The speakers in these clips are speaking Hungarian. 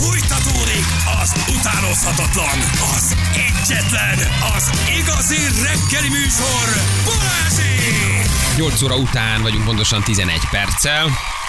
Fújtatódik az utánozhatatlan, az egyetlen, az igazi reggeli műsor, Balázsék! 8 óra után vagyunk pontosan 11 perccel.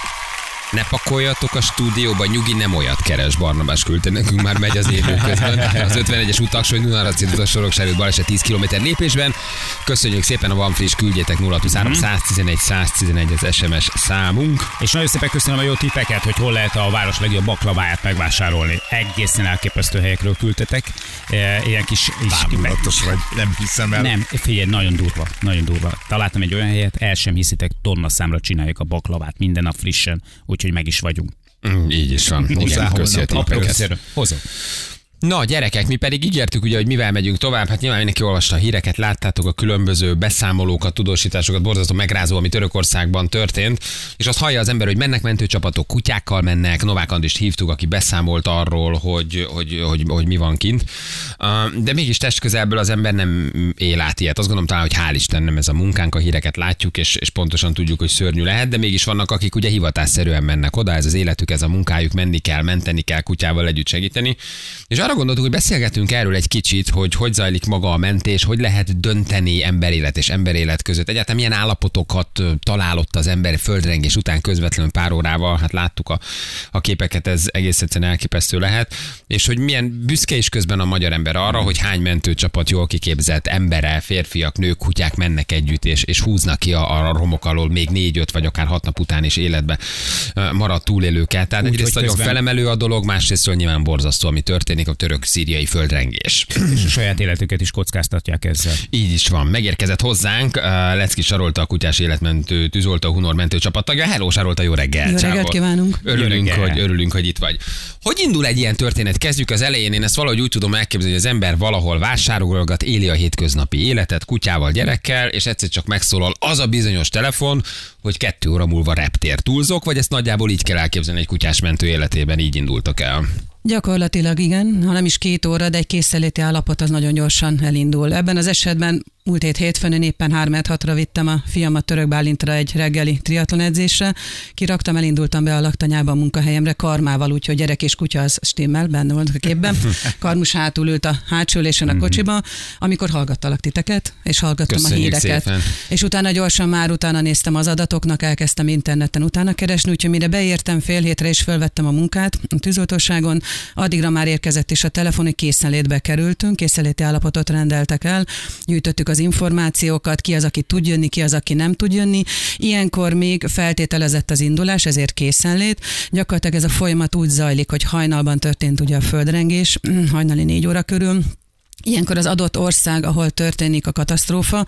Ne pakoljatok a stúdióba, nyugi, nem olyat keres. Barnabás küldte nekünk, már megy az élő közben. Az 51-es utaksony, Dunaharaszti utas Soroksári baleset 10 km lépésben. Köszönjük szépen, a van friss, küldjétek 023 111 111 az SMS számunk. És nagyon szépen köszönöm a jó tippeket, hogy hol lehet a város legjobb baklaváját megvásárolni. Egészen elképesztő helyekről küldtetek. Ilyen kis bámulatos vagy, nem hiszem el. Nem, figyelj, nagyon durva, nagyon durva. Találtam egy olyan helyet, el sem hiszitek, tonna számra csináljuk a baklavát, minden nap frissen, úgyhogy meg is vagyunk. Így is van. Igen, köszi a tippeket. Hozom. Na gyerekek, mi pedig ígértük ugye, hogy mivel megyünk tovább. Hát nyilván mindenki olvasta a híreket, láttátok a különböző beszámolókat, tudósításokat, borzasztó megrázó, ami Törökországban történt. És azt hallja az ember, hogy mennek mentőcsapatok, kutyákkal mennek. Novák Andrist hívtuk, aki beszámolt arról, hogy mi van kint. De mégis testközelből az ember nem él át ilyet. Azt gondolom talán, hogy hál' Isten nem ez a munkánk, a híreket látjuk, és pontosan tudjuk, hogy szörnyű lehet, de mégis vannak, akik ugye hivatásszerűen mennek oda, ez az életük, ez a munkájuk, menni kell, menteni kell, kutyával együtt segíteni. És arra gondoltuk, hogy beszélgetünk erről egy kicsit, hogy zajlik maga a mentés, hogy lehet dönteni emberélet és emberélet között. Egyáltalán milyen állapotokat talál ott az ember földrengés után közvetlenül pár órával, hát láttuk a képeket, ez egész egyszerűen elképesztő lehet, és hogy milyen büszke is közben a magyar ember arra, hogy hány mentőcsapat jól kiképzett embere, férfiak, nők, kutyák mennek együtt, és húznak ki a romok alól még 4-5 vagy akár 6 nap után is életbe maradt túlélőket. Tehát egyrészt nagyon felemelő a dolog, másrésztről nyilván borzasztó, ami történik, a török-szíriai földrengés. És a saját életüket is kockáztatják ezzel. Így is van. Megérkezett hozzánk Lecki Sarolta, a kutyás életmentő tűzoltó Hunor mentőcsapat tagja. Hello Sarolta, jó reggel! Jó reggelt kívánunk! Örülünk, hogy itt vagy. Hogy indul egy ilyen történet? Kezdjük az elején. Én ezt valahogy úgy tudom elképzelni, hogy az ember valahol vásárolgat, éli a hétköznapi életet, kutyával, gyerekkel, és egyszer csak megszólal az a bizonyos telefon, hogy 2 óra múlva reptér. Túlzok, vagy ezt nagyjából így kell elképzelni egy kutyás mentő életében, így indultak el? Gyakorlatilag igen, ha nem is 2 óra, de egy készenléti állapot az nagyon gyorsan elindul. Ebben az esetben múlt hétfőn éppen 3-6-ra vittem a fiamat Török Bálintra egy reggeli triatlon edzésre. Kiraktam, elindultam be a laktanyába a munkahelyemre karmával, úgyhogy gyerek és kutya az stimmel, benne volt a képben. Karmus hátul ült a hátsó ülésen a kocsiba, amikor hallgattalak titeket, és hallgattam Köszönjük a híreket. Szépen. És utána gyorsan utána néztem az adatoknak, elkezdtem interneten utána keresni, úgyhogy mire beértem fél hétre és fölvettem a munkát a tűzoltóságon, addigra már érkezett is a telefon, hogy készenlétbe kerültünk, készenléti állapotot rendeltek el, gyűjtöttük az információkat, ki az, aki tud jönni, ki az, aki nem tud jönni. Ilyenkor még feltételezett az indulás, ezért készenlét. Gyakorlatilag ez a folyamat úgy zajlik, hogy hajnalban történt ugye a földrengés, hajnali 4 óra körül. Ilyenkor az adott ország, ahol történik a katasztrófa,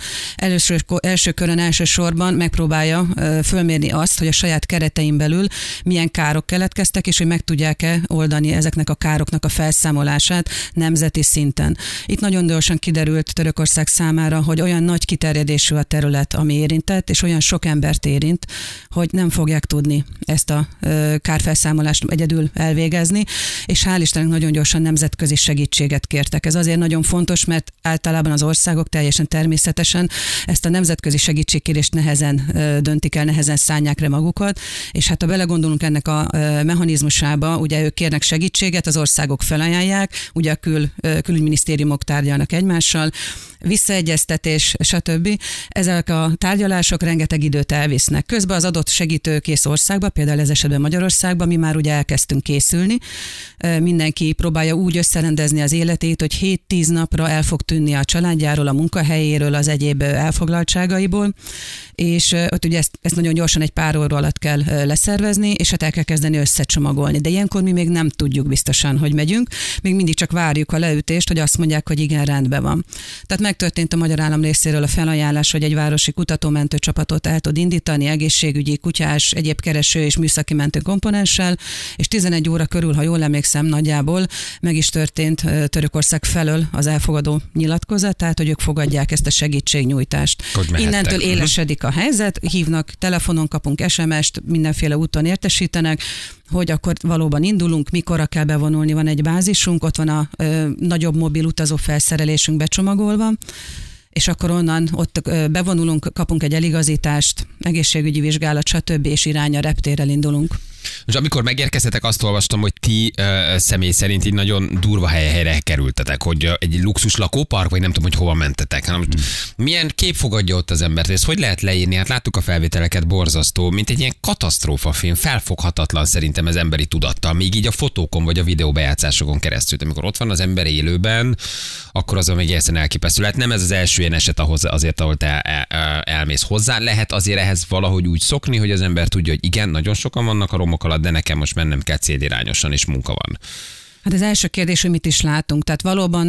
első körön elsősorban megpróbálja fölmérni azt, hogy a saját keretein belül milyen károk keletkeztek, és hogy meg tudják-e oldani ezeknek a károknak a felszámolását nemzeti szinten. Itt nagyon gyorsan kiderült Törökország számára, hogy olyan nagy kiterjedésű a terület, ami érintett, és olyan sok embert érint, hogy nem fogják tudni ezt a kárfelszámolást egyedül elvégezni, és hál' Istennek nagyon gyorsan nemzetközi segítséget kértek. Ez azért nagyon fontos, mert általában az országok teljesen természetesen ezt a nemzetközi segítségkérést nehezen döntik el, nehezen szánják le magukat, és hát ha belegondolunk ennek a mechanizmusába, ugye ők kérnek segítséget, az országok felajánlják, ugye a külügyminisztériumok tárgyalnak egymással, visszaegyeztetés, stb. Ezek a tárgyalások rengeteg időt elvisznek. Közben az adott segítőkész országba, például ez esetben Magyarországban, mi már ugye elkezdtünk készülni. Mindenki próbálja úgy összerendezni az életét, hogy 7-10 napra el fog tűnni a családjáról, a munkahelyéről, az egyéb elfoglaltságaiból, és ott ugye ezt nagyon gyorsan egy pár óra alatt kell leszervezni, és hát el kell kezdeni összecsomagolni. De ilyenkor mi még nem tudjuk biztosan, hogy megyünk, még mindig csak várjuk a leütést, hogy azt mondják, hogy igen, rendben van. Tehát megtörtént a magyar állam részéről a felajánlás, hogy egy városi kutatómentő csapatot el tud indítani, egészségügyi, kutyás, egyéb kereső és műszaki mentő komponenssel, és 11 óra körül, ha jól emlékszem nagyjából, meg is történt Törökország felől az elfogadó nyilatkozat, tehát hogy ők fogadják ezt a segítségnyújtást. Innentől élesedik a helyzet, hívnak, telefonon kapunk SMS-t, mindenféle úton értesítenek, hogy akkor valóban indulunk, mikorra kell bevonulni, van egy bázisunk, ott van a nagyobb mobil utazó felszerelésünk becsomagolva, és akkor onnan ott bevonulunk, kapunk egy eligazítást, egészségügyi vizsgálat, stb. És irány a reptérrel indulunk. És amikor megérkeztetek, azt olvastam, hogy ti személy szerint így nagyon durva helyre kerültetek, hogy egy luxus lakópark, vagy nem tudom, hogy hova mentetek. Milyen kép fogadja ott az embert? Ezt hogy lehet leírni? Hát láttuk a felvételeket, borzasztó, mint egy ilyen katasztrófafilm, felfoghatatlan szerintem ez emberi tudattal, még így a fotókon vagy a videóbejátszásokon keresztül. Amikor ott van az ember élőben, akkor az még egészen elképesztő. Hát nem ez az első ilyen eset ahol te elmész hozzá. Lehet azért ehhez valahogy úgy szokni, hogy az ember tudja, hogy igen, nagyon sokan vannak a romok alatt, de nekem most mennem kell célirányosan, és munka van. Hát az első kérdés, hogy mit is látunk. Tehát valóban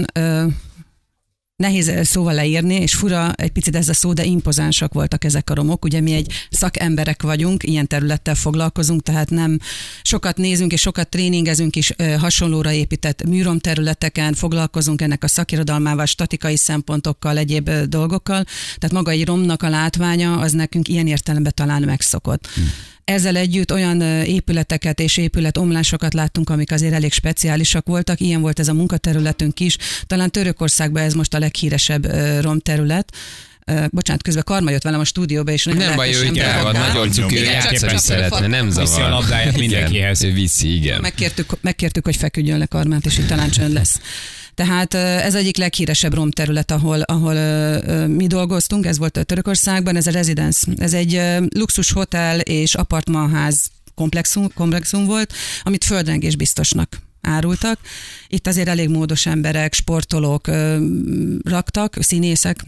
nehéz szóval leírni, és fura egy picit ez a szó, de impozánsak voltak ezek a romok. Ugye mi egy szakemberek vagyunk, ilyen területtel foglalkozunk, tehát nem sokat nézünk és sokat tréningezünk is hasonlóra épített műromterületeken, foglalkozunk ennek a szakirodalmával, statikai szempontokkal, egyéb dolgokkal. Tehát maga egy romnak a látványa, az nekünk ilyen értelemben talán megszokott. Ezzel együtt olyan épületeket és épületomlásokat láttunk, amik azért elég speciálisak voltak. Ilyen volt ez a munkaterületünk is. Talán Törökországban ez most a leghíresebb romterület. Bocsánat, közben Karma jött velem a stúdióba, és nem baj, ő van, nagyon cuki, játszani szeretne, nem zavar. Viszi a labdáját mindenkihez. Ő viszi, igen. Megkértük, hogy feküdjön le Karmát, és itt talán csönd lesz. Tehát ez egyik leghíresebb romterület, ahol mi dolgoztunk, ez volt Törökországban, ez a Residence. Ez egy luxus hotel és apartmanház komplexum volt, amit földrengés biztosnak árultak. Itt azért elég módos emberek, sportolók raktak, színészek,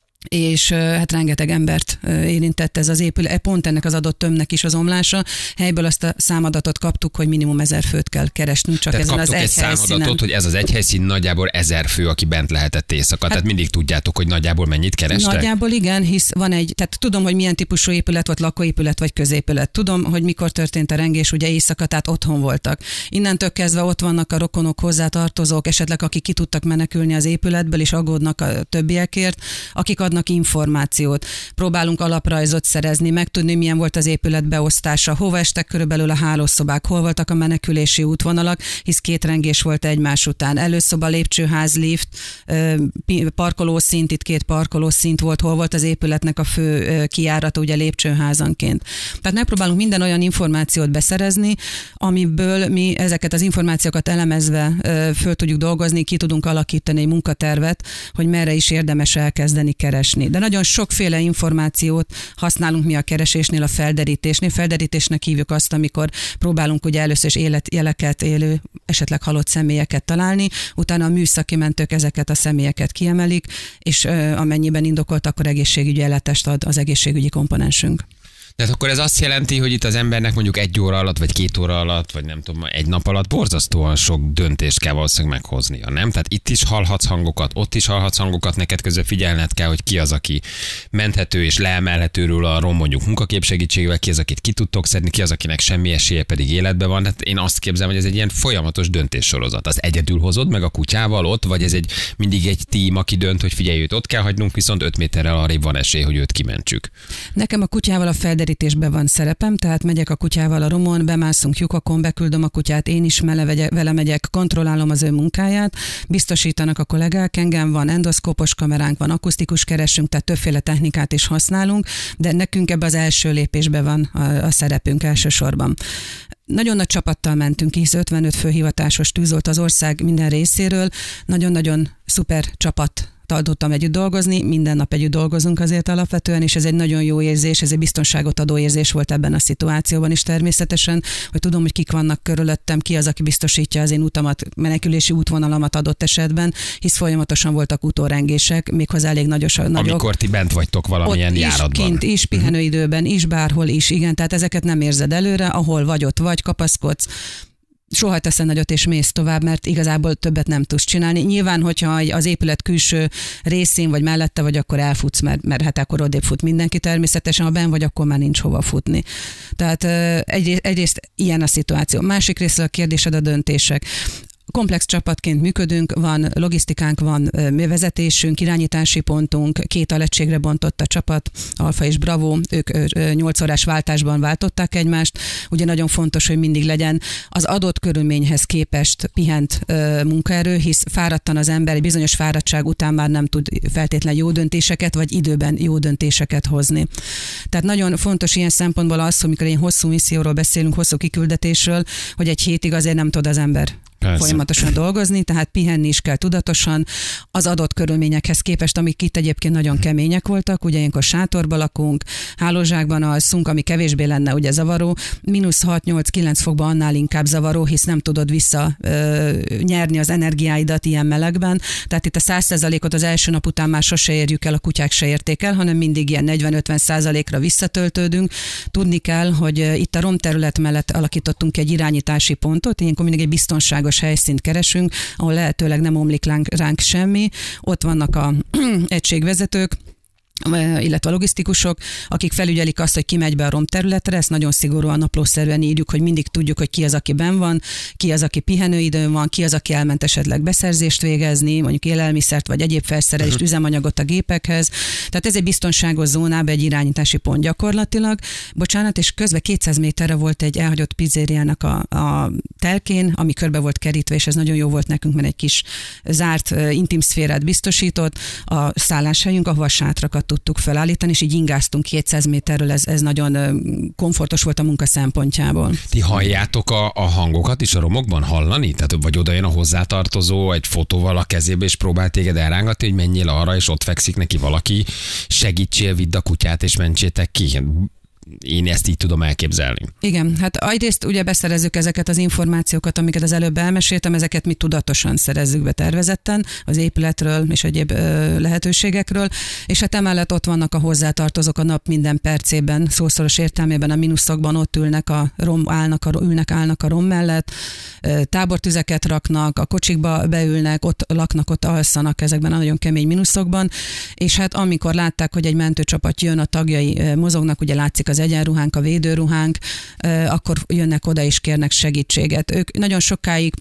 és hát rengeteg embert érintett ez az épület, pont ennek az adott tömbnek is az omlása. Helyből azt a számadatot kaptuk, hogy minimum 1000 főt kell keresnünk, csak tehát ezen az egy számadatot, hogy ez az egy helyszín nagyjából 1000 fő, aki bent lehetett éjszaka. Hát, tehát mindig tudjátok, hogy nagyjából mennyit kerestek? Nagyjából igen, hisz van tehát tudom, hogy milyen típusú épület volt, lakóépület vagy középület. Tudom, hogy mikor történt a rengés, ugye éjszaka, tehát otthon voltak. Innentől kezdve ott vannak a rokonok, hozzátartozók, esetleg akik ki tudtak menekülni az épületből, és aggódnak a többiekért, akik adnak információt. Próbálunk alaprajzot szerezni, megtudni, milyen volt az épület beosztása, hova estek körülbelül a hálószobák, hol voltak a menekülési útvonalak, hisz 2 rengés volt egymás után. Előszoba, lépcsőház, lift, parkolószint, itt 2 parkolószint volt, hol volt az épületnek a fő kijárata, ugye lépcsőházanként. Tehát megpróbálunk minden olyan információt beszerezni, amiből mi ezeket az információkat elemezve föl tudjuk dolgozni, ki tudunk alakítani egy munkatervet, hogy merre is érdemes elkezdeni keresni. De nagyon sokféle információt használunk mi a keresésnél, a felderítésnél. Felderítésnek hívjuk azt, amikor próbálunk ugye először is életjeleket, élő, esetleg halott személyeket találni, utána a műszaki mentők ezeket a személyeket kiemelik, és amennyiben indokolt, akkor egészségügyi ellátést ad az egészségügyi komponensünk. Tehát akkor ez azt jelenti, hogy itt az embernek mondjuk 1 óra alatt, vagy 2 óra alatt, vagy nem tudom, 1 nap alatt borzasztóan sok döntést kell valószínűleg meghoznia, nem? Tehát itt is hallhatsz hangokat, ott is hallhatsz hangokat, neked közben figyelned kell, hogy ki az, aki menthető és leemelhető róla a rom mondjuk munkakép segítségével, ki az, akit ki tudtok szedni, ki az, akinek semmi esélye pedig életben van. Hát én azt képzelem, hogy ez egy ilyen folyamatos döntéssorozat. Az egyedül hozod meg a kutyával ott, vagy ez mindig egy tím, aki dönt, hogy figyelj, őt ott kell hagynunk, viszont 5 méterrel arrébb van esély, hogy őt kimentsük. Nekem a kutyával a felderítésben van szerepem, tehát megyek a kutyával a romon, bemászunk lyukakon, beküldöm a kutyát, én is vele megyek, kontrollálom az ő munkáját, biztosítanak a kollégák, engem van endoszkópos kameránk, van akusztikus keresünk, tehát többféle technikát is használunk, de nekünk ebbe az első lépésben van a szerepünk elsősorban. Nagyon nagy csapattal mentünk, hisz 55 főhivatásos tűzolt az ország minden részéről, nagyon-nagyon szuper csapat tudtam együtt dolgozni, minden nap együtt dolgozunk azért alapvetően, és ez egy nagyon jó érzés, ez egy biztonságot adó érzés volt ebben a szituációban is természetesen, hogy tudom, hogy kik vannak körülöttem, ki az, aki biztosítja az én utamat, menekülési útvonalamat adott esetben, hisz folyamatosan voltak utórengések, méghozzá elég nagyok. Amikor ti bent vagytok valamilyen járatban. Kint is, pihenőidőben is, bárhol is, igen, tehát ezeket nem érzed előre, ahol vagy ott vagy, kapaszkodsz, soha teszel nagyot és mész tovább, mert igazából többet nem tudsz csinálni. Nyilván, hogyha az épület külső részén vagy mellette vagy, akkor elfutsz, mert hát akkor odébb fut mindenki természetesen, ha benn vagy, akkor már nincs hova futni. Tehát egyrészt ilyen a szituáció. Másik része a kérdésed a döntések. komplex csapatként működünk, van logisztikánk, van vezetésünk, irányítási pontunk, 2 alegységre bontott a csapat, Alfa és Bravo, ők 8 órás váltásban váltották egymást. Ugye nagyon fontos, hogy mindig legyen az adott körülményhez képest pihent munkaerő, hisz fáradtan az ember, egy bizonyos fáradtság után már nem tud feltétlenül jó döntéseket, vagy időben jó döntéseket hozni. Tehát nagyon fontos ilyen szempontból az, hogy mikor ilyen hosszú misszióról beszélünk, hosszú kiküldetésről, hogy egy hétig azért nem tud az ember folyamatosan dolgozni, tehát pihenni is kell tudatosan az adott körülményekhez képest, amik itt egyébként nagyon kemények voltak, ugye ilyenkor sátorba lakunk, hálózsákban alszunk, ami kevésbé lenne ugye zavaró, -6-8-9 fokban annál inkább zavaró, hisz nem tudod vissza nyerni az energiáidat ilyen melegben, tehát itt a 100%-ot az első nap után már sose érjük el, a kutyák se érték el, hanem mindig ilyen 40-50%-ra visszatöltődünk. Tudni kell, hogy itt a romterület mellett alakítottunk egy irányítási pontot, ilyenkor mindig egy biztonságos helyszínt keresünk, ahol lehetőleg nem omlik ránk semmi. Ott vannak a egységvezetők, illetve a logisztikusok, akik felügyelik azt, hogy ki megy be a romterületre, ezt nagyon szigorúan naplószerűen írjuk, hogy mindig tudjuk, hogy ki az, aki benn van, ki az, aki pihenőidőn van, ki az, aki elment esetleg beszerzést végezni, mondjuk élelmiszert vagy egyéb felszerelést, üzemanyagot a gépekhez. Tehát ez egy biztonságos zónában egy irányítási pont gyakorlatilag. Bocsánat, és közben 200 méterre volt egy elhagyott pizzériának a telkén, ami körbe volt kerítve, és ez nagyon jó volt nekünk, mert egy kis zárt, intim szférát biztosított. A szálláshelyünk, ahol a sátrakat tudtuk felállítani, és így ingáztunk 200 méterről, ez nagyon komfortos volt a munka szempontjából. Ti halljátok a hangokat is a romokban hallani? Tehát vagy oda jön a hozzátartozó egy fotóval a kezébe, és próbál téged elrángatni, hogy menjél arra, és ott fekszik neki valaki, segítsél, vidd a kutyát, és mentsétek ki. Én ezt így tudom elképzelni. Igen, hát egyrészt ugye beszerezzük ezeket az információkat, amiket az előbb elmeséltem, ezeket mi tudatosan szerezzük be tervezetten, az épületről és egyéb lehetőségekről, és hát emellett ott vannak a hozzátartozók a nap minden percében, szószoros értelmében a mínuszokban ott ülnek állnak a rom mellett, tábortüzeket raknak, a kocsikba beülnek, ott laknak, ott alszanak ezekben a nagyon kemény mínuszokban, és hát amikor látták, hogy egy mentőcsapat jön, a tagjai mozognak, ugye látszik az egyenruhánk, a védőruhánk, akkor jönnek oda és kérnek segítséget. Ők nagyon sokáig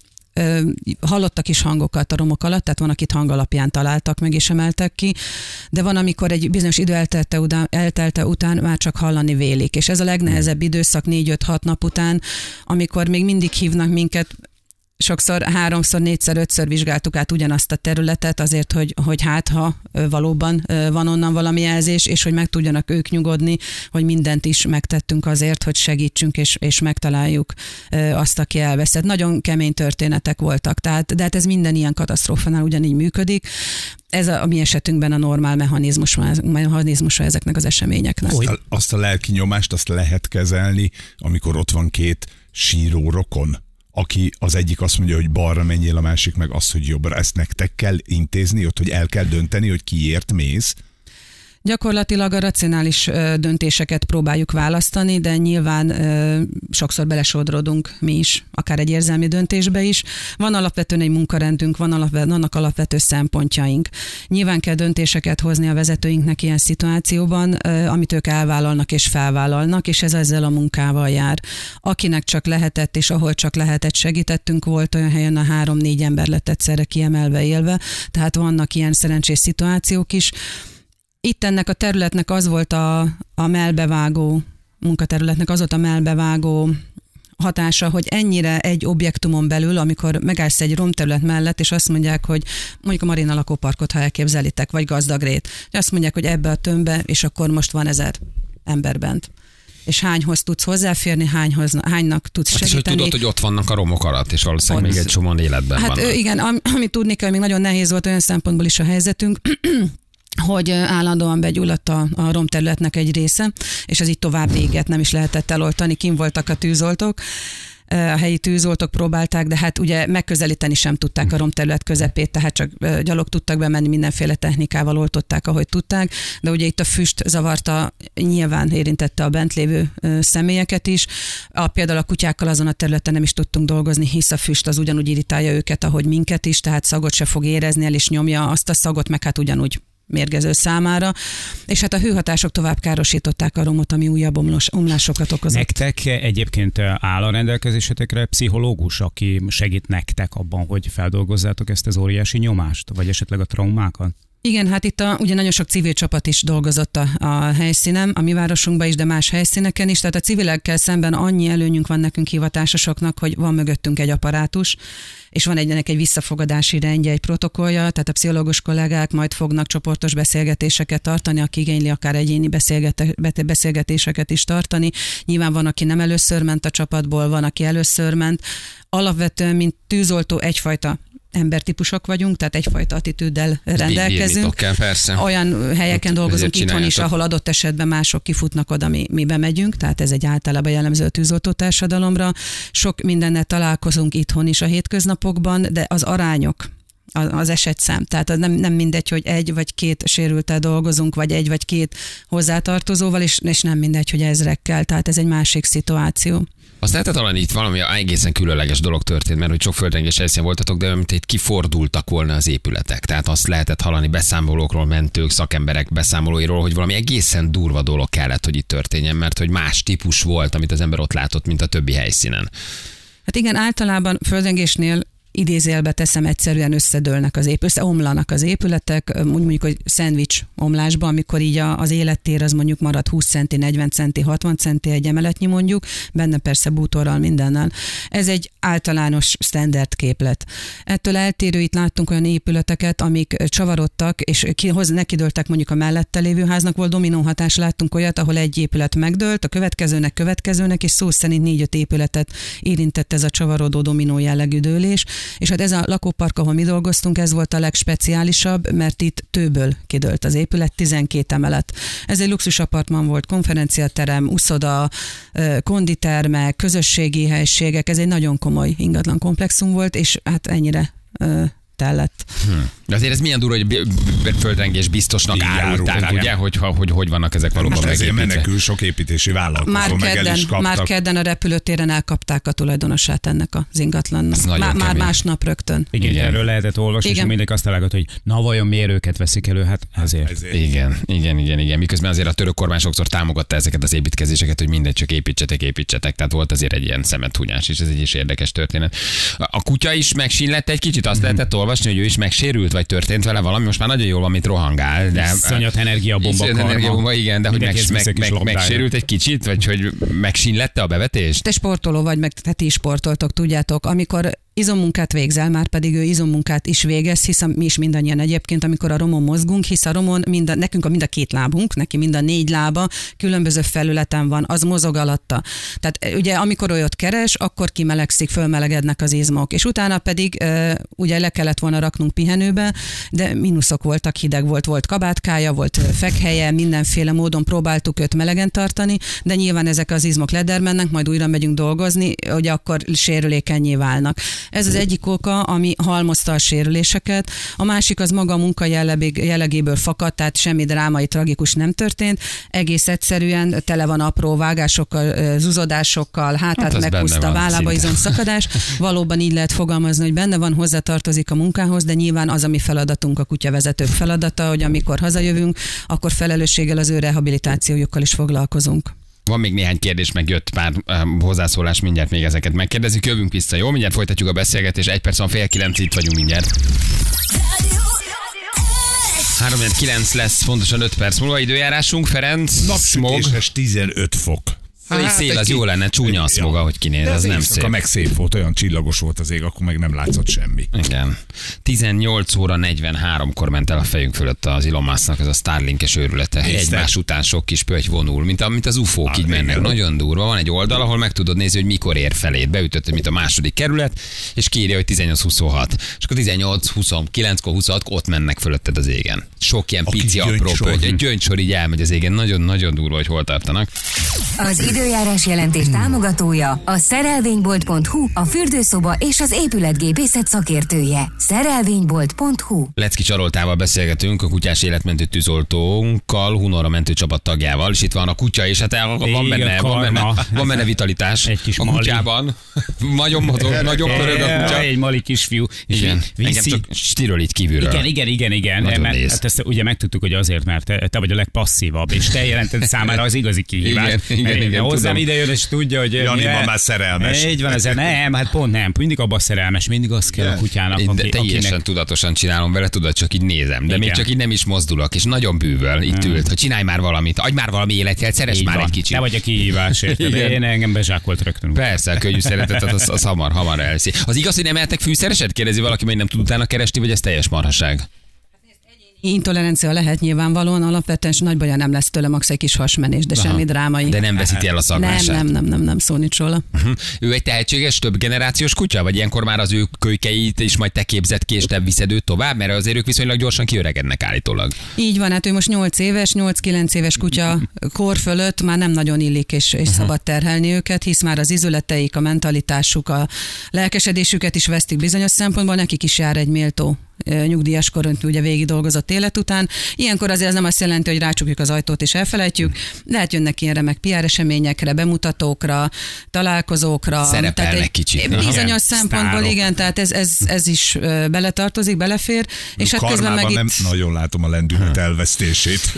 hallottak is hangokat a romok alatt, tehát van, akit hang alapján találtak meg és emeltek ki, de van, amikor egy bizonyos idő eltelte után már csak hallani vélik. És ez a legnehezebb időszak 4-5-6 nap után, amikor még mindig hívnak minket, sokszor 3-szor, 4-szer, 5-ször vizsgáltuk át ugyanazt a területet azért, hogy hát ha valóban van onnan valami jelzés, és hogy meg tudjanak ők nyugodni, hogy mindent is megtettünk azért, hogy segítsünk és megtaláljuk azt, aki elveszett. Nagyon kemény történetek voltak, de hát ez minden ilyen katasztrófánál ugyanígy működik. Ez a mi esetünkben a normál mechanizmusa ezeknek az eseményeknek. Azt a lelki nyomást, azt lehet kezelni, amikor ott van 2 síró rokon, aki az egyik azt mondja, hogy balra menjél, a másik meg azt, hogy jobbra. Ezt nektek kell intézni, ott, hogy el kell dönteni, hogy kiért mész? Gyakorlatilag a racionális döntéseket próbáljuk választani, de nyilván sokszor belesodrodunk mi is, akár egy érzelmi döntésbe is. Van alapvetően egy munkarendünk, vannak alapvető szempontjaink. Nyilván kell döntéseket hozni a vezetőinknek ilyen szituációban, amit ők elvállalnak és felvállalnak, és ez ezzel a munkával jár. Akinek csak lehetett, és ahol csak lehetett, segítettünk, volt olyan helyen a 3-4 ember lett egyszerre kiemelve élve, tehát vannak ilyen szerencsés szituációk is. Itt ennek a területnek az volt a mellbevágó, munkaterületnek az volt a mellbevágó hatása, hogy ennyire egy objektumon belül, amikor megállsz egy romterület mellett, és azt mondják, hogy mondjuk a Marina lakóparkot, ha elképzelitek, vagy Gazdagrét, azt mondják, hogy ebbe a tömbbe, és akkor most van 1000 ember bent. És hányhoz tudsz hozzáférni, hánynak tudsz segíteni. És hogy tudod, hogy ott vannak a romok alatt, és valószínűleg még egy csomóan életben vannak. Igen, amit tudni kell, még nagyon nehéz volt olyan szempontból is a helyzetünk, hogy állandóan begyulladt a romterületnek egy része, és ez így tovább égett, nem is lehetett eloltani, kim voltak a tűzoltók. A helyi tűzoltók próbálták, de hát ugye megközelíteni sem tudták a romterület közepét, tehát csak gyalog tudtak bemenni, mindenféle technikával oltották, ahogy tudták, de ugye itt a füst zavarta, nyilván érintette a bent lévő személyeket is. Például a kutyákkal azon a területen nem is tudtunk dolgozni, hisz a füst az ugyanúgy irritálja őket, ahogy minket is, tehát szagot se fog érezni, el is nyomja azt a szagot, meg hát ugyanúgy mérgező számára, és hát a hőhatások tovább károsították a romot, ami újabb omlásokat okozott. Nektek egyébként áll a rendelkezésetekre pszichológus, aki segít nektek abban, hogy feldolgozzátok ezt az óriási nyomást, vagy esetleg a traumákat? Igen, hát itt ugye nagyon sok civil csapat is dolgozott a helyszínen, a mi városunkban is, de más helyszíneken is, tehát a civilekkel szemben annyi előnyünk van nekünk hivatásosoknak, hogy van mögöttünk egy apparátus, és van ennek egy visszafogadási rendje, egy protokollja, tehát a pszichológus kollégák majd fognak csoportos beszélgetéseket tartani, aki igényli akár egyéni beszélgetéseket is tartani. Nyilván van, aki nem először ment a csapatból, van, aki először ment. Alapvetően, mint tűzoltó, egyfajta embertípusok vagyunk, tehát egyfajta attitűddel rendelkezünk. Kell, persze. Olyan helyeken dolgozunk itthon is, csináljátok. ahol adott esetben mások kifutnak oda, mi bemegyünk, tehát ez egy általában jellemző a tűzoltó társadalomra. Sok mindennel találkozunk itthon is a hétköznapokban, de az arányok, az esetszám. Tehát az nem mindegy, hogy egy vagy két sérülttel dolgozunk, vagy egy vagy két hozzátartozóval, és nem mindegy, hogy ezrekkel. Tehát ez egy másik szituáció. Azt lehetett találni, itt valami egészen különleges dolog történt, mert hogy sok földrengés helyszínen voltatok, de mint itt kifordultak volna az épületek. Tehát azt lehetett hallani beszámolókról, mentők, szakemberek beszámolóiról, hogy valami egészen durva dolog kellett, hogy itt történjen, mert hogy más típus volt, amit az ember ott látott, mint a többi helyszínen. Hát igen, általában földrengésnél idézélbe teszem, egyszerűen összeomlanak az épületek, úgy mondjuk, hogy szendvics omlásba, amikor így az élettér az mondjuk marad 20 centi, 40 centi, 60 centi egy emeletnyi mondjuk, benne persze bútorral, mindennel. Ez egy általános standard képlet. Ettől eltérő, itt láttunk olyan épületeket, amik csavarodtak, és nekidőltek mondjuk a mellette lévő háznak, volt dominóhatás, láttunk olyat, ahol egy épület megdőlt, a következőnek, és szó szerint 4-5 épületet érintett ez a csavarodó dominó jellegű dőlés. És hát ez a lakópark, ahol mi dolgoztunk, ez volt a legspeciálisabb, mert itt tőből kidőlt az épület, 12 emelet. Ez egy luxus apartman volt, konferenciaterem, uszoda, konditermek, közösségi helységek, ez egy nagyon komoly ingatlan komplexum volt, és hát ennyire tellett. De azért ez milyen durva, hogy földrengés biztosnak árulták, ugye, hogy vannak ezek valóban ezért megépítve. menekül sok építési vállalkozó, meg el is kaptak. Már kedden a repülőtéren elkapták a tulajdonosát ennek az ingatlannak. Már másnap rögtön. Igen, erről lehetett olvasni, és mindenki azt találgat, hogy na vajon miért őket veszik elő? Hát ezért. Igen. Miközben azért a török kormány sokszor támogatta ezeket az építkezéseket, hogy mindegy, csak építsetek. Tehát volt azért egy ilyen szemethúnyás, és ez egy is érdekes történet. A kutya is megsínlett egy kicsit, azt lehetett olvasni, hogy ő is megsérült, vagy történt vele valami, most már nagyon jól van, mint rohangál. De iszonyat energiabomba, igen, de hogy megsérült egy kicsit, vagy hogy megsínlette a bevetést? Te sportoló vagy, meg te is sportoltok, tudjátok, amikor izommunkát végzel, már pedig ő izommunkát is végez, hiszen mi is mindannyian egyébként, amikor a romon mozgunk, hisz a romon nekünk mind a két lábunk, neki mind a 4 lába, különböző felületen van, az mozog alatta. Tehát ugye amikor olyat keres, akkor kimelegszik, fölmelegednek az izmok, és utána pedig ugye le kellett volna raknunk pihenőbe, de mínuszok voltak, hideg volt kabátkája, volt fekhelye, mindenféle módon próbáltuk őt melegen tartani, de nyilván ezek az izmok ledermennek, majd újra megyünk dolgozni, hogy akkor sérülékennyé válnak. Ez az egyik oka, ami halmozta a sérüléseket. A másik az maga a munka jellegéből fakadt, tehát semmi drámai, tragikus nem történt. Egész egyszerűen tele van apró vágásokkal, zuzodásokkal, hátát meghúzta, vállába izomszakadás. Valóban így lehet fogalmazni, hogy benne van, hozzátartozik a munkához, de nyilván az a mi feladatunk, a kutyavezetők feladata, hogy amikor hazajövünk, akkor felelősséggel az ő rehabilitációjukkal is foglalkozunk. Van még néhány kérdés, meg jött pár hozzászólás, mindjárt még ezeket megkérdezzük. Jövünk vissza, jó? Mindjárt folytatjuk a beszélgetést, 1 perc van, 8:30, itt vagyunk mindjárt. 3:09 lesz, pontosan 5 perc múlva időjárásunk, Ferenc. Napsütéses 15 fok. Hát szél az jó lenne, csúnya a szmog, ahogy kinéz, az nem szép. Meg szép volt, olyan csillagos volt az ég, akkor meg nem látszott semmi. Igen. 18:43-kor ment el a fejünk fölött az Elon Musknak ez a Starlinkes őrülete. Egymás után sok kis pöty vonul, mint az UFO-k így mennek. Igen. Nagyon durva. Van egy oldal, ahol meg tudod nézni, hogy mikor ér felét. Beütötted, mint a második kerület, és kiírja, hogy 18:26. És akkor 18:29-kor 26 ott mennek fölötted az égen. Sok ilyen pici apró pöty. Egy gyöngysor így elmegy az égen. Nagyon-nagyon durva, hogy hol tartanak. Az időjárás jelentés támogatója a szerelvénybolt.hu, a fürdőszoba és az épületgépészet szakértője. Szerelvénybolt.hu. Lecki Csaroltával beszélgetünk, a kutyás életmentő tűzoltónkkal, Hunora mentőcsapat tagjával, és itt van a kutya, és hát van benne vitalitás egy kis a kutyában. Nagyon mozog, nagyon pörög a kutya. Egy mali kisfiú. Igen, engem csak stiről itt kívülről. Igen. Nagyon Mert ezt ugye megtudtuk, hogy azért, mert te vagy a legpasszívabb, és te jelented számára az igazi kihívás. Igen, hozzám tudom. ide jön, és tudja, hogy... Jani ma már szerelmes. Így van, ezzel nem, hát pont nem. Mindig abban szerelmes, mindig azt kell a kutyának, Én akinek... teljesen tudatosan csinálom vele, tudod, csak így nézem. De még Igen. csak így nem is mozdulok, és nagyon bűvöl, itt ült, hogy csinálj már valamit, adj már valami életjelt, szeress Így már van. egy kicsit. Te vagy a kihívás, érted? Igen. Én engem bezsákolt rögtön. Persze, a könnyű szeretetet az hamar elviszi. Az igaz, hogy nem ehetnek fűszereset? Kérdezi valaki, hogy nem tud utána keresni, vagy ez teljes marhaság? Intolerancia lehet nyilvánvalóan, alapvetően nagy baja nem lesz tőle, max egy kis hasmenés, de semmi drámai. De nem veszíti el a szagvását. Nem, szó nincs róla. Ő egy tehetséges, több generációs kutya, vagy ilyenkor már az ő kölykeit is majd te képzett ki, és te viszed őt tovább, mert azért ők viszonylag gyorsan kiöregednek állítólag. Így van, hát ő most 8 éves, 8-9 éves kutya kor fölött már nem nagyon illik és szabad terhelni őket, hisz már az izületeik, a mentalitásuk, a lelkesedésüket is vesztik bizonyos szempontból, nekik is jár egy méltó nyugdíjas koron, ugye végig dolgozott élet után. Ilyenkor azért ez nem azt jelenti, hogy rácsukjuk az ajtót és elfelejtjük. Lehet jönnek ilyen remek PR eseményekre, bemutatókra, találkozókra. Szerepelnek kicsit. Bizonyos Igen, szempontból sztárok. igen, tehát ez is beletartozik, belefér. És hát közben meg nem itt... nagyon látom a lendület elvesztését.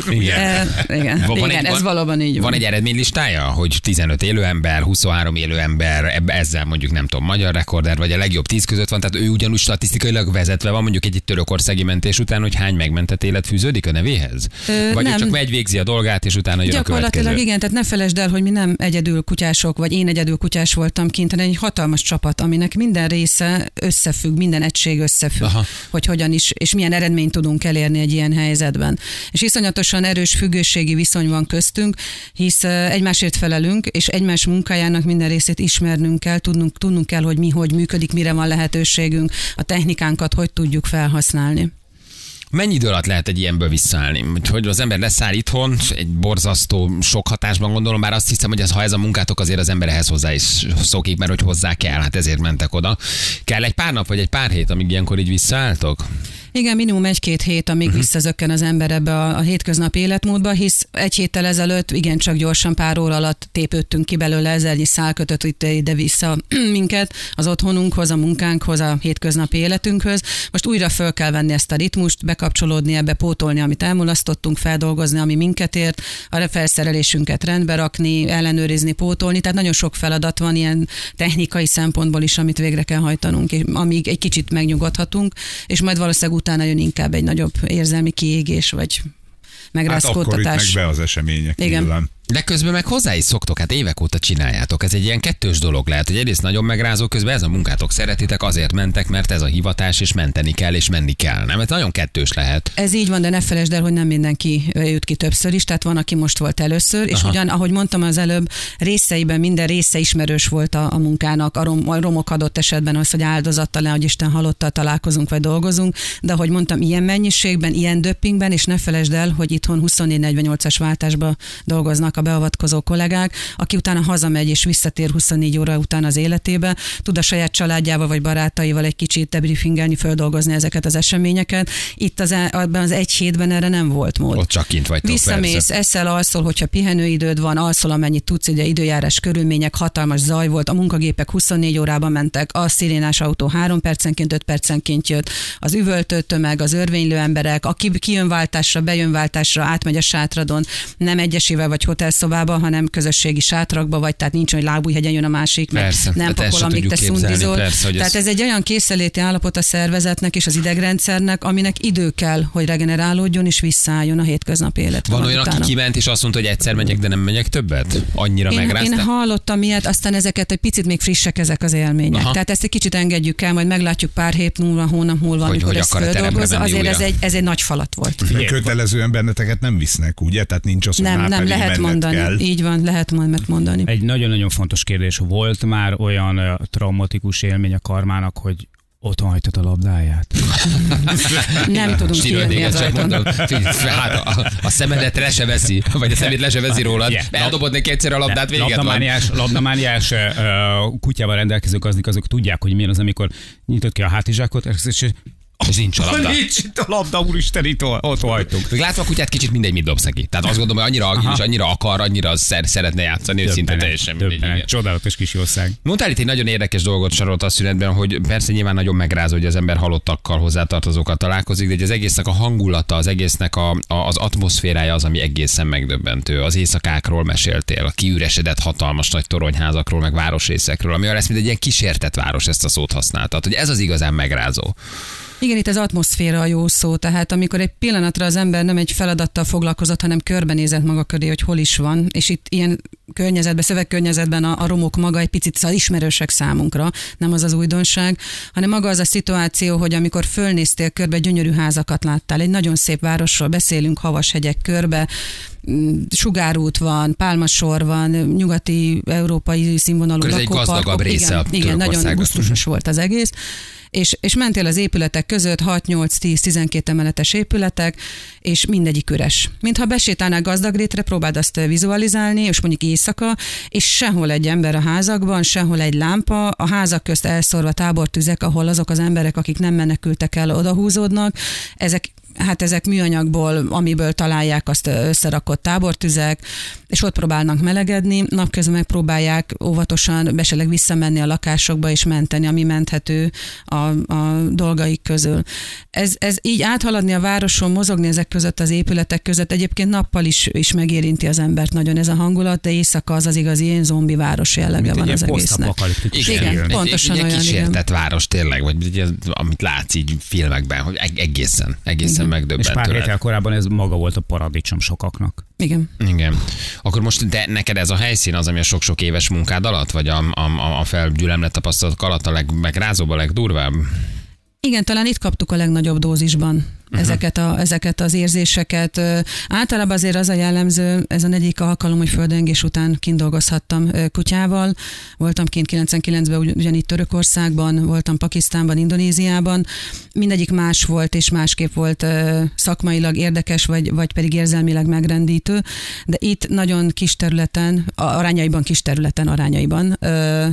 Igen, ez valóban így van. Van egy eredménylistája, hogy 15 élő ember, 23 élő ember, ezzel mondjuk nem tudom, magyar rekorder, vagy a legjobb 10 között van, tehát ő ugyanúgy statisztikailag vezetve van, mondjuk egy törökországi mentés után, hogy hány megmentett élet fűződik a nevéhez? Vagy nem. ő csak megy, végzi a dolgát, és utána jön a Gyakorlatilag következő. igen, tehát ne felejtsd el, hogy mi nem egyedül kutyások, vagy én egyedül kutyás voltam kint, hanem egy hatalmas csapat, aminek minden része összefügg, minden egység összefügg, Aha. hogy hogyan is, és milyen eredményt tudunk elérni egy ilyen helyzetben. És iszonyatosan erős függőségi viszony van köztünk, hisz egymásért felelünk, és egymás munkájának minden részét ismernünk kell, tudnunk kell, hogy mi hogy működik, mire van lehetőségünk, a technikánkat hogy tudjuk felhasználni. Mennyi idő alatt lehet egy ilyenből visszaállni? Hogy az ember leszáll itthon, egy borzasztó sok hatásban gondolom, bár azt hiszem, hogy ha ez a munkátok, azért az ember ehhez hozzá is szokik, mert hogy hozzá kell, hát ezért mentek oda. Kell egy pár nap vagy egy pár hét, amíg ilyenkor így visszaálltok? Igen, minimum 1-2 hét, amíg visszazökken az ember ebbe a hétköznapi életmódba, hisz egy héttel ezelőtt igencsak gyorsan pár óra alatt tépődtünk ki belőle, ezernyi szál kötött ide-vissza minket az otthonunkhoz, a munkánkhoz, a hétköznapi életünkhöz. Most újra föl kell venni ezt a ritmust, bekapcsolódni ebbe, pótolni, amit elmulasztottunk, feldolgozni, ami minket ért, a felszerelésünket rendbe rakni, ellenőrizni, pótolni, tehát nagyon sok feladat van ilyen technikai szempontból is, amit végre kell hajtanunk, és amíg egy kicsit megnyugodhatunk, és majd valószínűleg utána jön inkább egy nagyobb érzelmi kiégés, vagy Hát megrázkódtatás. akkor itt meg be az események. Igen. Nyilván. De közben meg hozzá is szoktok, hát évek óta csináljátok. Ez egy ilyen kettős dolog lehet, hogy egyrészt nagyon megrázó, közben ez a munkátok szeretitek, azért mentek, mert ez a hivatás, és menteni kell, és menni kell. Nem, ez nagyon kettős lehet. Ez így van, de ne felejtsd el, hogy nem mindenki jut ki többször is, tehát van, aki most volt először, és ugyan, ahogy mondtam az előbb, részeiben minden része ismerős volt a munkának, a romok adott esetben az, hogy áldozattal, nehogy Isten halottal találkozunk, vagy dolgozunk, de ahogy mondtam, ilyen mennyiségben, ilyen döppingben, és ne felejtsd el, hogy itthon 24-48-as váltásba dolgoznak a beavatkozó kollégák, aki utána hazamegy és visszatér 24 óra után az életébe, tud a saját családjával vagy barátaival egy kicsit debriefingelni, földolgozni ezeket az eseményeket. Itt abban az egy hétben erre nem volt mód. Ott csak kint vagytok. Visszamész, persze. eszel, alszol, hogyha pihenőidőd van, alszol, amennyit tudsz, ugye időjárás körülmények, hatalmas zaj volt, a munkagépek 24 órában mentek, a szirénás autó 3 percenként, 5 percenként jött, az üvöltő tömeg, az örvénylő emberek, aki kijön váltásra, bejön váltásra, átmegy a sátradon, nem egyesével vagy hotelszobába, hanem közösségi sátrakba vagy, tehát nincs, hogy lábújhegyen jön a másik, mert Persze, nem tehát ezt pakol, se amíg te tudjuk képzelni, szundizol. persze, hogy Tehát ez egy olyan készeléti állapot a szervezetnek és az idegrendszernek, aminek idő kell, hogy regenerálódjon és visszaálljon a hétköznapi életre. Van olyan, aki kiment és azt mondta, hogy egyszer megyek, de nem megyek többet? Annyira Én megrázta? hallottam ilyet, aztán ezeket egy picit még frissek ezek az élmények. Aha. Tehát ezt egy kicsit engedjük el, majd meglátjuk pár hét múlva, hónap múlva, Hogy amikor ezt akar-e teremre földolgozza. menni Azért újra? ez egy nagy falat volt. De kötelezően benneteket nem visznek, ugye? Tehát nincs az, hogy Nem, már nem pedig lehet menned mondani. kell. Így van, lehet majd megmondani. Egy nagyon-nagyon fontos kérdés. Volt már olyan traumatikus élmény a Karmának, hogy otthon hagytad a labdáját? Nem tudunk kijönni Stilöldéget az csak ajtón. mondom. Hát a szemedet le se veszi, vagy a szemét le se veszi rólad. Igen. Eldobod neki egyszer a labdát, véget van. Labdamániás kutyával rendelkező gazdik, azok tudják, hogy milyen az, amikor nyitod ki a hátizsákot, és És nincs a labda. Nincs itt a labda, úristen, itt ott hagytuk. Még látva a kutyát, kicsit mindegy, mit dobsz neki. Tehát azt gondolom, hogy annyira agilis, annyira akar, annyira szeretne játszani, hogy szinte teljesen mindegy. Csodálatos kis ország. Mondtál itt egy nagyon érdekes dolgot, Sarolt, a szünetben, hogy persze nyilván nagyon megrázó, hogy az ember halottakkal, hozzátartozókkal találkozik, de hogy az egésznek a hangulata, az egésznek az atmoszférája az, ami egészen megdöbbentő. Az éjszakákról meséltél, a kiüresedett hatalmas nagy toronyházakról, meg városrészekről, ami lesz, mint egy ilyen kísértett város, ezt a szót használtad, hogy ez az igazán megrázó. Igen, itt az atmoszféra a jó szó, tehát amikor egy pillanatra az ember nem egy feladattal foglalkozott, hanem körbenézett maga köré, hogy hol is van, és itt ilyen környezetben, szövegkörnyezetben a romok maga egy picit ismerősek számunkra, nem az az újdonság, hanem maga az a szituáció, hogy amikor fölnéztél körbe, gyönyörű házakat láttál, egy nagyon szép városról beszélünk, Havashegyek körbe, sugárút van, pálmasor van, nyugati, európai színvonalú lakóparkok. Ez egy gazdagabb része a igen, nagyon gusztusos volt az egész. És mentél az épületek között, 6, 8, 10, 12 emeletes épületek, és mindegyik üres. Mintha besétálnál Gazdagrétre, próbáld azt vizualizálni, és mondjuk éjszaka, és sehol egy ember a házakban, sehol egy lámpa, a házak közt elszórva tábortüzek, ahol azok az emberek, akik nem menekültek el, odahúzódnak. Ezek műanyagból, amiből találják, azt összerakott tábortüzek, és ott próbálnak melegedni, napközben megpróbálják óvatosan esetleg visszamenni a lakásokba és menteni, ami menthető a dolgaik közül. Ez így áthaladni a városon, mozogni ezek között az épületek között, egyébként nappal is megérinti az embert nagyon ez a hangulat, de éjszaka az igazi ilyen zombi város jellege van az egésznek. Igen, pontosan egy olyan. kísértett város tényleg, vagy amit látsz így filmekben, hogy egészen megdöbbentő. És pár héttel korábban ez maga volt a paradicsom sokaknak. Igen. Akkor most de neked ez a helyszín az, ami a sok-sok éves munkád alatt, vagy a felgyülemlett tapasztalatok alatt a legmegrázóbb, a legdurvább? Igen, talán itt kaptuk a legnagyobb dózisban ezeket az érzéseket. Általában azért az a jellemző, ez a negyedik alkalom, hogy földrengés után kint dolgozhattam kutyával. Voltam kint 99-ben ugyanígy Törökországban, voltam Pakisztánban, Indonéziában. Mindegyik más volt, és másképp volt szakmailag érdekes, vagy pedig érzelmileg megrendítő. De itt nagyon kis területen, arányaiban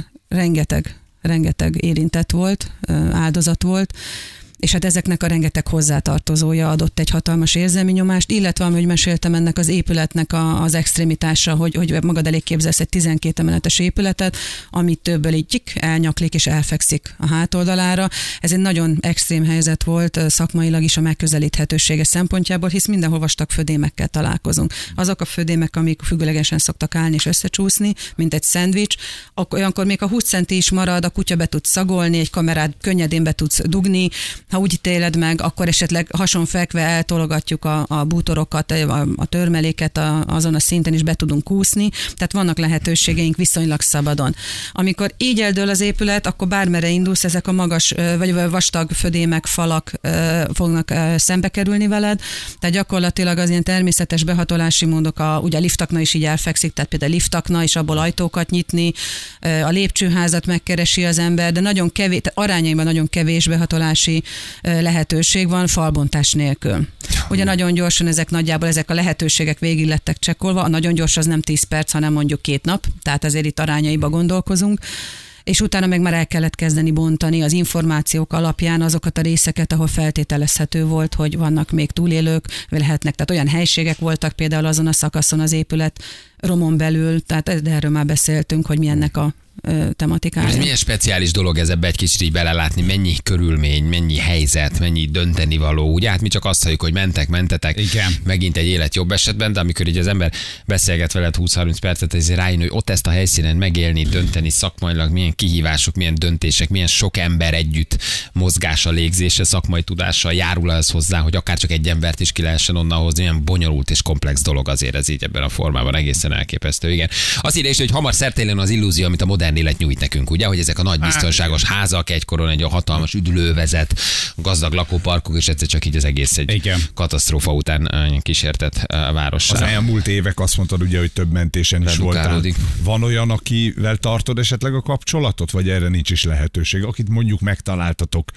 rengeteg érintett volt, áldozat volt, és hát ezeknek a rengeteg hozzátartozója adott egy hatalmas érzelmi nyomást, illetve ahogy meséltem, ennek az épületnek az extrémitása, hogy magad elé képzelsz egy 12 emeletes épületet, amit többből így elnyaklik és elfekszik a hátoldalára. Ez egy nagyon extrém helyzet volt szakmailag is a megközelíthetősége szempontjából, hisz mindenhol vastag födémekkel találkozunk. Azok a födémek, amik függőlegesen szoktak állni és összecsúszni, mint egy szendvics, olyankor még a 20 centi is marad, a kutya be tud szagolni, egy kamerát könnyedén be tudsz dugni. Ha úgy ítéled meg, akkor esetleg hasonfekve eltologatjuk a bútorokat, a törmeléket azon a szinten is be tudunk kúszni, tehát vannak lehetőségeink viszonylag szabadon. Amikor így eldől az épület, akkor bármerre indulsz, ezek a magas vagy vastag födémek, falak fognak szembe kerülni veled, tehát gyakorlatilag az ilyen természetes behatolási módok, ugye a liftakna is így elfekszik, tehát például a liftakna is abból ajtókat nyitni, a lépcsőházat megkeresi az ember, de nagyon kevés, arányaiban nagyon kevés behatolási lehetőség van falbontás nélkül. Ugye nagyon gyorsan nagyjából ezek a lehetőségek végig lettek csekkolva, a nagyon gyors az nem 10 perc, hanem mondjuk 2 nap, tehát azért itt arányaiba gondolkozunk, és utána meg már el kellett kezdeni bontani az információk alapján azokat a részeket, ahol feltételezhető volt, hogy vannak még túlélők, lehetnek, tehát olyan helységek voltak például azon a szakaszon az épület romon belül, tehát erről már beszéltünk, hogy milyennek a tematikája. Ez milyen speciális dolog ez ebbe egy kicsit így belelátni, mennyi körülmény, mennyi helyzet, mennyi döntenivaló. Ugye hát mi csak azt halljuk, hogy mentetek, igen. Megint egy élet jobb esetben, de amikor így az ember beszélget veled 20-30 percet, ezért rájön, hogy ott ezt a helyszínen megélni, dönteni szakmailag, milyen kihívások, milyen döntések, milyen sok ember együtt mozgása, légzése, szakmai tudással járul az hozzá, hogy akár csak egy embert is ki lehessen onnan hozni, milyen bonyolult és komplex dolog azért ez így ebben a formában, egészen elképesztő. Igen. Azt írja is, hogy hamar szertélen az illúzió, amit a modern élet nyújt nekünk, ugye, hogy ezek a nagy biztonságos házak, egykoron egy hatalmas üdülővezet, gazdag lakóparkok, és egyszer csak így az egész egy katasztrófa után kísértett várossá. Az elmúlt évek azt mondtad ugye, hogy több mentésen is voltál. Van olyan, akivel tartod esetleg a kapcsolatot, vagy erre nincs is lehetőség, akit mondjuk megtaláltatok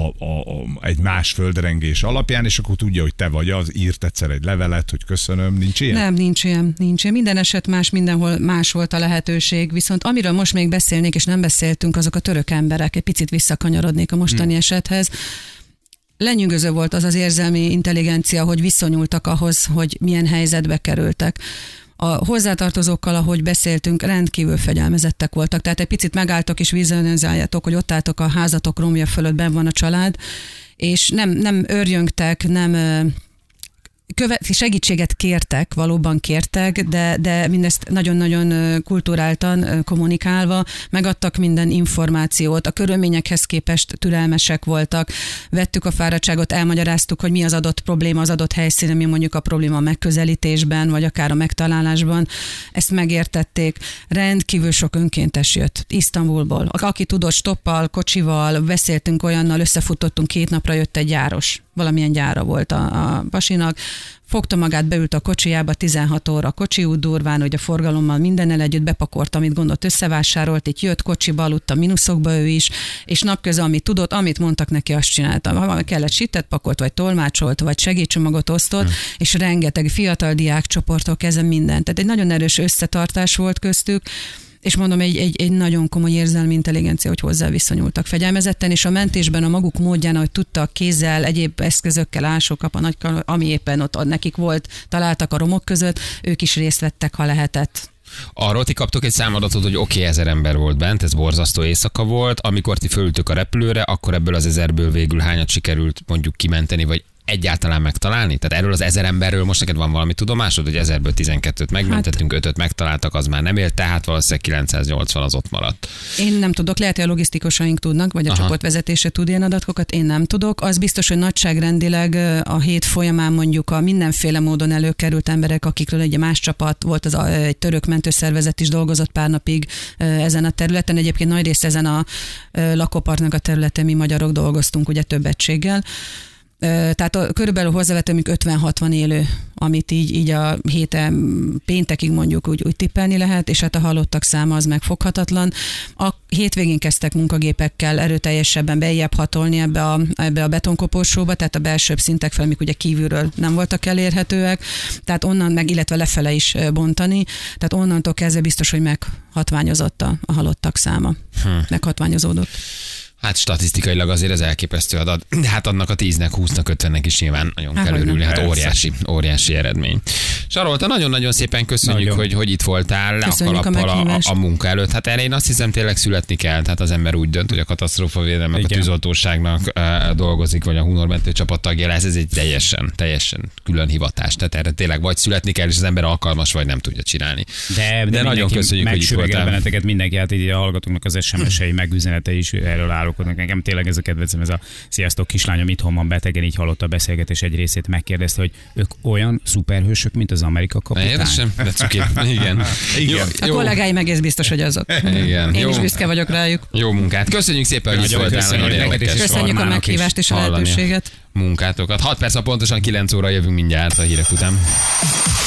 egy más földrengés alapján, és akkor tudja, hogy te vagy az, írt egyszer egy levelet, hogy köszönöm, nincs ilyen? Nem, nincs ilyen. Minden eset más, mindenhol más volt a lehetőség, viszont amiről most még beszélnék, és nem beszéltünk, azok a török emberek, egy picit visszakanyarodnék a mostani esethez. lenyűgöző volt az az érzelmi intelligencia, hogy viszonyultak ahhoz, hogy milyen helyzetbe kerültek. A hozzátartozókkal, ahogy beszéltünk, rendkívül fegyelmezettek voltak. Tehát egy picit megálltok és vizionizáljátok, hogy ott álltok a házatok romja fölött, benn van a család, és nem örjöngtek, nem segítséget kértek, valóban kértek, de mindezt nagyon-nagyon kulturáltan kommunikálva, megadtak minden információt, a körülményekhez képest türelmesek voltak, vettük a fáradtságot, elmagyaráztuk, hogy mi az adott probléma, az adott helyszínen, mi mondjuk a probléma a megközelítésben, vagy akár a megtalálásban, ezt megértették. Rendkívül sok önkéntes jött Isztambulból. Aki tudott, stoppal, kocsival, beszéltünk olyannal, összefutottunk, 2 napra jött egy gyáros, valamilyen gyára volt a pasinak, fogta magát, beült a kocsijába, 16 óra kocsiút durván, hogy a forgalommal mindennel együtt bepakolt, amit gondolt, összevásárolt, itt jött kocsiba, aludt a mínuszokba ő is, és napközben, amit tudott, amit mondtak neki, azt csinálta. Ha kellett sittet pakolt, vagy tolmácsolt, vagy segédcsomagot osztott, és rengeteg fiatal diákcsoporttól kezdve mindent. Tehát egy nagyon erős összetartás volt köztük, és mondom, egy nagyon komoly érzelmi intelligencia, hogy hozzá viszonyultak fegyelmezetten, és a mentésben a maguk módján, ahogy tudtak, kézzel, egyéb eszközökkel, ásókap, ami éppen ott nekik volt, találtak a romok között, ők is részt vettek, ha lehetett. Arról ti kaptok egy számadatot, hogy oké, 1000 ember volt bent, ez borzasztó éjszaka volt, amikor ti fölültök a repülőre, akkor ebből az 1000-ből végül hányat sikerült mondjuk kimenteni, vagy egyáltalán megtalálni? Tehát erről az 1000 emberről most neked van valami tudomásod, hogy 1000-ből 12-t megmentettünk, 5-öt megtaláltak, az már nem élt, tehát valószínűleg 980 az ott maradt. Én nem tudok, lehet, hogy a logisztikusaink tudnak, vagy a csoportvezetése tud ilyen adatokat, én nem tudok. Az biztos, hogy nagyságrendileg a hét folyamán mondjuk a mindenféle módon előkerült emberek, akikről egy más csapat volt, egy török mentőszervezet is dolgozott pár napig ezen a területen. Egyébként nagy rész ezen a lakóparknak a területen mi magyarok dolgoztunk, ugye több egységgel. Tehát körülbelül hozzávetőmük 50-60 élő, amit így a héten péntekig mondjuk úgy tippelni lehet, és hát a halottak száma az megfoghatatlan. A hétvégén kezdtek munkagépekkel erőteljesebben bejjebb hatolni ebbe a betonkoporsóba, tehát a belsőbb szintek fel, amik ugye kívülről nem voltak elérhetőek, tehát onnan meg, illetve lefele is bontani, tehát onnantól kezdve biztos, hogy meghatványozott a halottak száma. Meghatványozódott. Hát statisztikailag azért ez elképesztő adat. Hát annak a 10-nek, 20-nak, 50-nek is nyilván nagyon kell örülni. Hát óriási eredmény. Sarolta, nagyon-nagyon szépen köszönjük, hogy itt voltál le a kalappal a munka előtt. Hát erre én azt hiszem tényleg születni kell. Tehát az ember úgy dönt, hogy a katasztrófavédelmek, a tűzoltóságnak dolgozik, vagy a Hunor-mentő csapattagja lesz. Ez egy teljesen külön hivatás. Tehát erre tényleg vagy születni kell, és az ember alkalmas, vagy nem tudja csinálni. De nagyon köszönjük, hogy itt voltál. Benneteket mindenki, hát így a hallgatóknak az SMS-ei, megüzenete is erről állok. Nekem tényleg ez a kedvencem, ez a sziasztok, kislányom itthon van betegen, így hallott a beszélgetés egy részét, megkérdezte, hogy ők olyan szuperhősök, mint az Amerika kapitány. Édesem, de cuki. Igen. A kollégáim egész biztos, hogy azok. Igen. Én is büszke vagyok rájuk. Jó munkát. Köszönjük szépen, hogy itt voltál. Köszönjük a meghívást és a lehetőséget. Munkátokat. 6 perc, pontosan 9 óra jövünk mindjárt a hírek után.